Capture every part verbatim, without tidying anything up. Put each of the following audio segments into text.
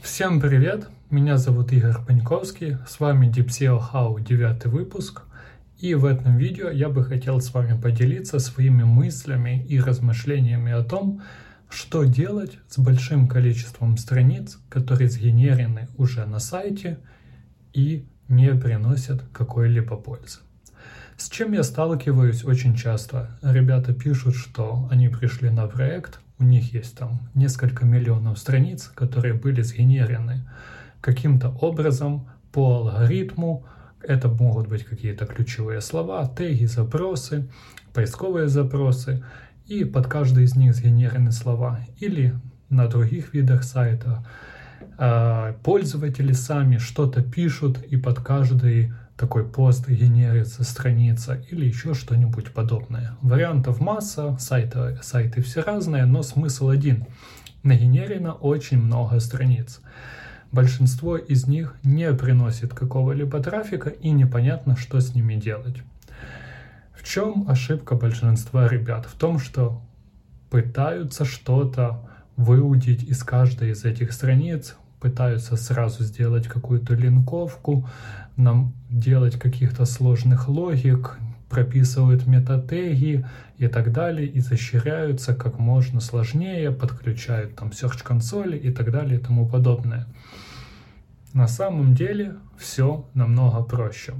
Всем привет! Меня зовут Игорь Паньковский, с вами Deep эс и о How девятый выпуск. И в этом видео я бы хотел с вами поделиться своими мыслями и размышлениями о том, что делать с большим количеством страниц, которые сгенерены уже на сайте и не приносят какой-либо пользы. С чем я сталкиваюсь очень часто. Ребята пишут, что они пришли на проект, у них есть там несколько миллионов страниц, которые были сгенерены каким-то образом по алгоритму. Это могут быть какие-то ключевые слова, теги, запросы, поисковые запросы, и под каждый из них сгенерены слова. Или на других видах сайта пользователи сами что-то пишут, и под каждый такой пост генерится страница или еще что-нибудь подобное. Вариантов масса, сайты, сайты все разные, но смысл один. Нагенерено очень много страниц. Большинство из них не приносит какого-либо трафика и непонятно, что с ними делать. В чем ошибка большинства ребят? В том, что пытаются что-то выудить из каждой из этих страниц, пытаются сразу сделать какую-то линковку, нам делать каких-то сложных логик, прописывают метатеги и так далее, и изощряются как можно сложнее, подключают там Search консоли и так далее и тому подобное. На самом деле все намного проще.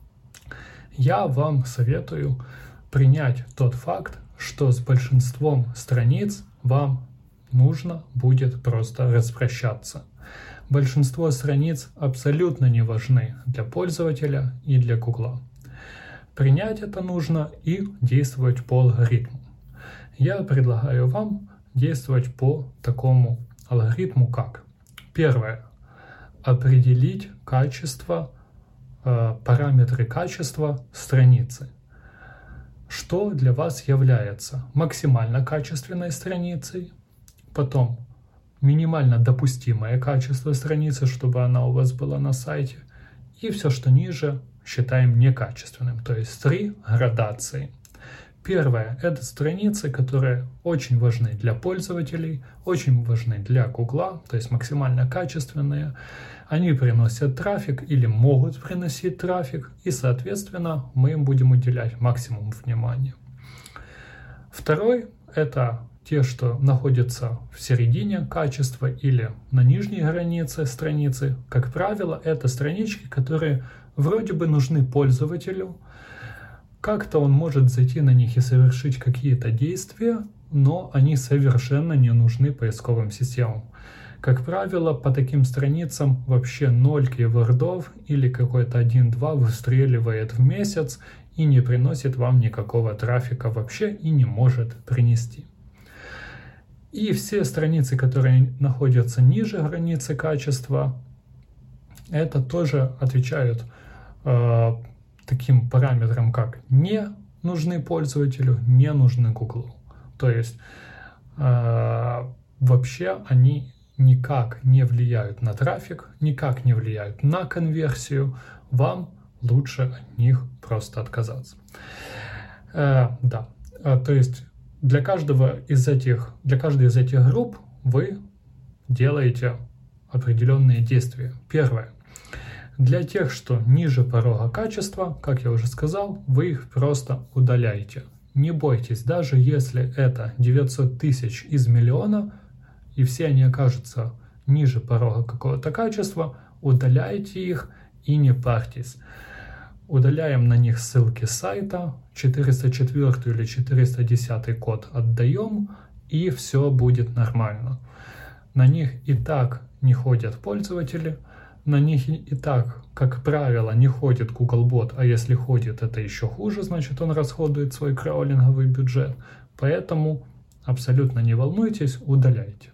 Я вам советую принять тот факт, что с большинством страниц вам нужно будет просто распрощаться. Большинство страниц абсолютно не важны для пользователя и для Гугла. Принять это нужно и действовать по алгоритму. Я предлагаю вам действовать по такому алгоритму, как: первое, определить качество, э, параметры качества страницы. Что для вас является максимально качественной страницей, потом минимально допустимое качество страницы, чтобы она у вас была на сайте, и все, что ниже, считаем некачественным. То есть три градации. Первое – это страницы, которые очень важны для пользователей, очень важны для Гугла, то есть максимально качественные. Они приносят трафик или могут приносить трафик, и, соответственно, мы им будем уделять максимум внимания. Второй – это те, что находятся в середине качества или на нижней границе страницы. Как правило, это странички, которые вроде бы нужны пользователю. Как-то он может зайти на них и совершить какие-то действия, но они совершенно не нужны поисковым системам. Как правило, по таким страницам вообще ноль кейвордов или какой-то один-два выстреливает в месяц и не приносит вам никакого трафика вообще и не может принести. И все страницы, которые находятся ниже границы качества, это тоже отвечают э, таким параметрам, как не нужны пользователю, не нужны Гуглу. То есть э, вообще они никак не влияют на трафик, никак не влияют на конверсию. Вам лучше от них просто отказаться. Э, да, э, то есть Для каждого из этих, для каждой из этих групп вы делаете определенные действия. Первое. Для тех, что ниже порога качества, как я уже сказал, вы их просто удаляете. Не бойтесь, даже если это девятьсот тысяч из миллиона, и все они окажутся ниже порога какого-то качества, удаляйте их и не парьтесь. Удаляем на них ссылки с сайта, четыреста четвёртый или четыреста десятый код отдаем, и все будет нормально. На них и так не ходят пользователи, на них и так, как правило, не ходит Googlebot, а если ходит, это еще хуже, значит он расходует свой краулинговый бюджет. Поэтому абсолютно не волнуйтесь, удаляйте.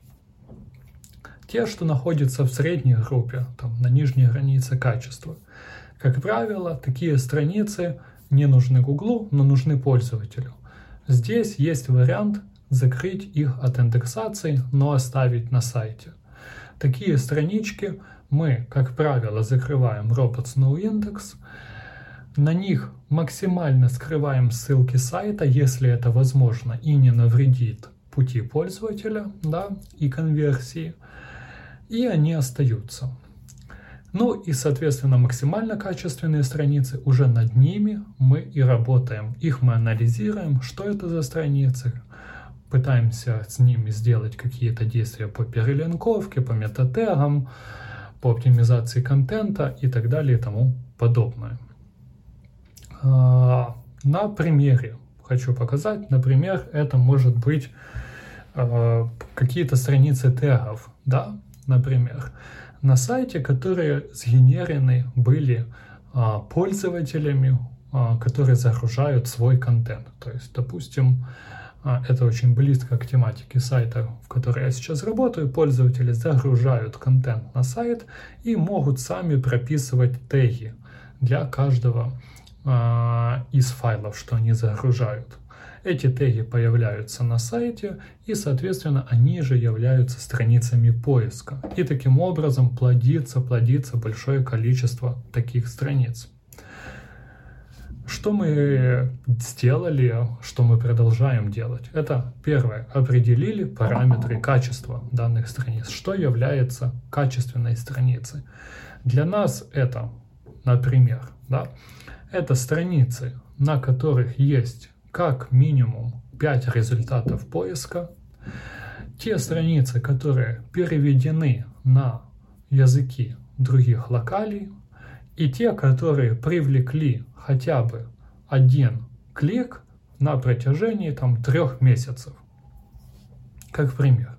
Те, что находятся в средней группе, там, на нижней границе качества, как правило, такие страницы не нужны Гуглу, но нужны пользователю. Здесь есть вариант закрыть их от индексации, но оставить на сайте. Такие странички мы, как правило, закрываем robots noindex. На них максимально скрываем ссылки сайта, если это возможно и не навредит пути пользователя, да, и конверсии. и они остаются. Ну и, соответственно, максимально качественные страницы, уже над ними мы и работаем. Их мы анализируем, что это за страницы, пытаемся с ними сделать какие-то действия по перелинковке, по метатегам, по оптимизации контента и так далее и тому подобное. На примере хочу показать. Например, это может быть какие-то страницы тегов, да, например, на сайте, которые сгенерены были а, пользователями, а, которые загружают свой контент. То есть, допустим, а, это очень близко к тематике сайта, в которой я сейчас работаю. Пользователи загружают контент на сайт и могут сами прописывать теги для каждого а, из файлов, что они загружают. Эти теги появляются на сайте, и, соответственно, они же являются страницами поиска. И таким образом плодится, плодится большое количество таких страниц. Что мы сделали, что мы продолжаем делать? Это первое. Определили параметры качества данных страниц. Что является качественной страницей? Для нас это, например, да, это страницы, на которых есть как минимум пять результатов поиска, те страницы, которые переведены на языки других локалий, и те, которые привлекли хотя бы один клик на протяжении там, трех месяцев. Как пример.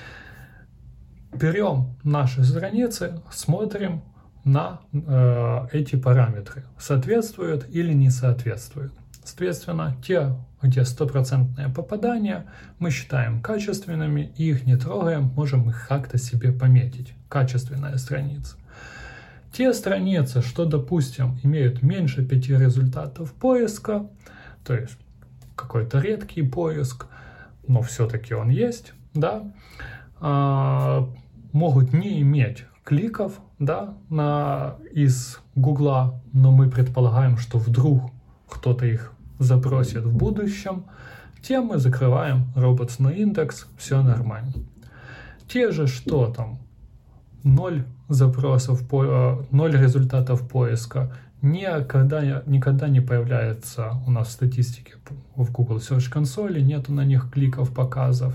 Берем наши страницы, смотрим на э, эти параметры, соответствуют или не соответствуют. Соответственно, те, где стопроцентное попадание, мы считаем качественными и их не трогаем, можем их как-то себе пометить. Качественная страница. Те страницы, что, допустим, имеют меньше пяти результатов поиска, то есть какой-то редкий поиск, но все-таки он есть, да, а, могут не иметь кликов, да, на, из Гугла, но мы предполагаем, что вдруг кто-то их запросит в будущем, те мы закрываем robots на индекс, все нормально. Те же, что там, ноль запросов, ноль результатов поиска, никогда, никогда не появляется у нас в статистике в Google Search консоли, нету на них кликов, показов.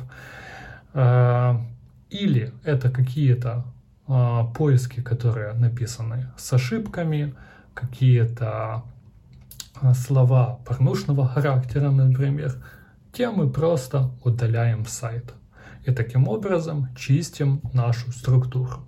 Или это какие-то поиски, которые написаны с ошибками, какие-то слова порнушного характера, например, те мы просто удаляем сайт. И таким образом чистим нашу структуру.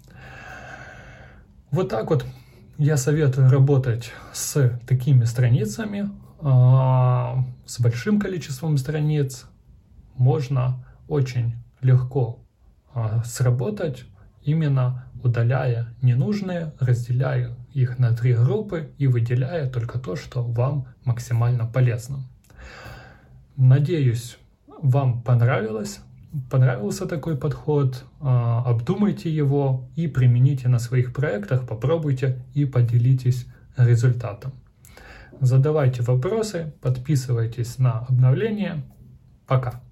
Вот так вот я советую работать с такими страницами, с большим количеством страниц. Можно очень легко сработать, именно удаляя ненужные, разделяя их на три группы и выделяя только то, что вам максимально полезно. Надеюсь, вам понравилось, понравился такой подход. Обдумайте его и примените на своих проектах, попробуйте и поделитесь результатом. Задавайте вопросы, подписывайтесь на обновления. Пока!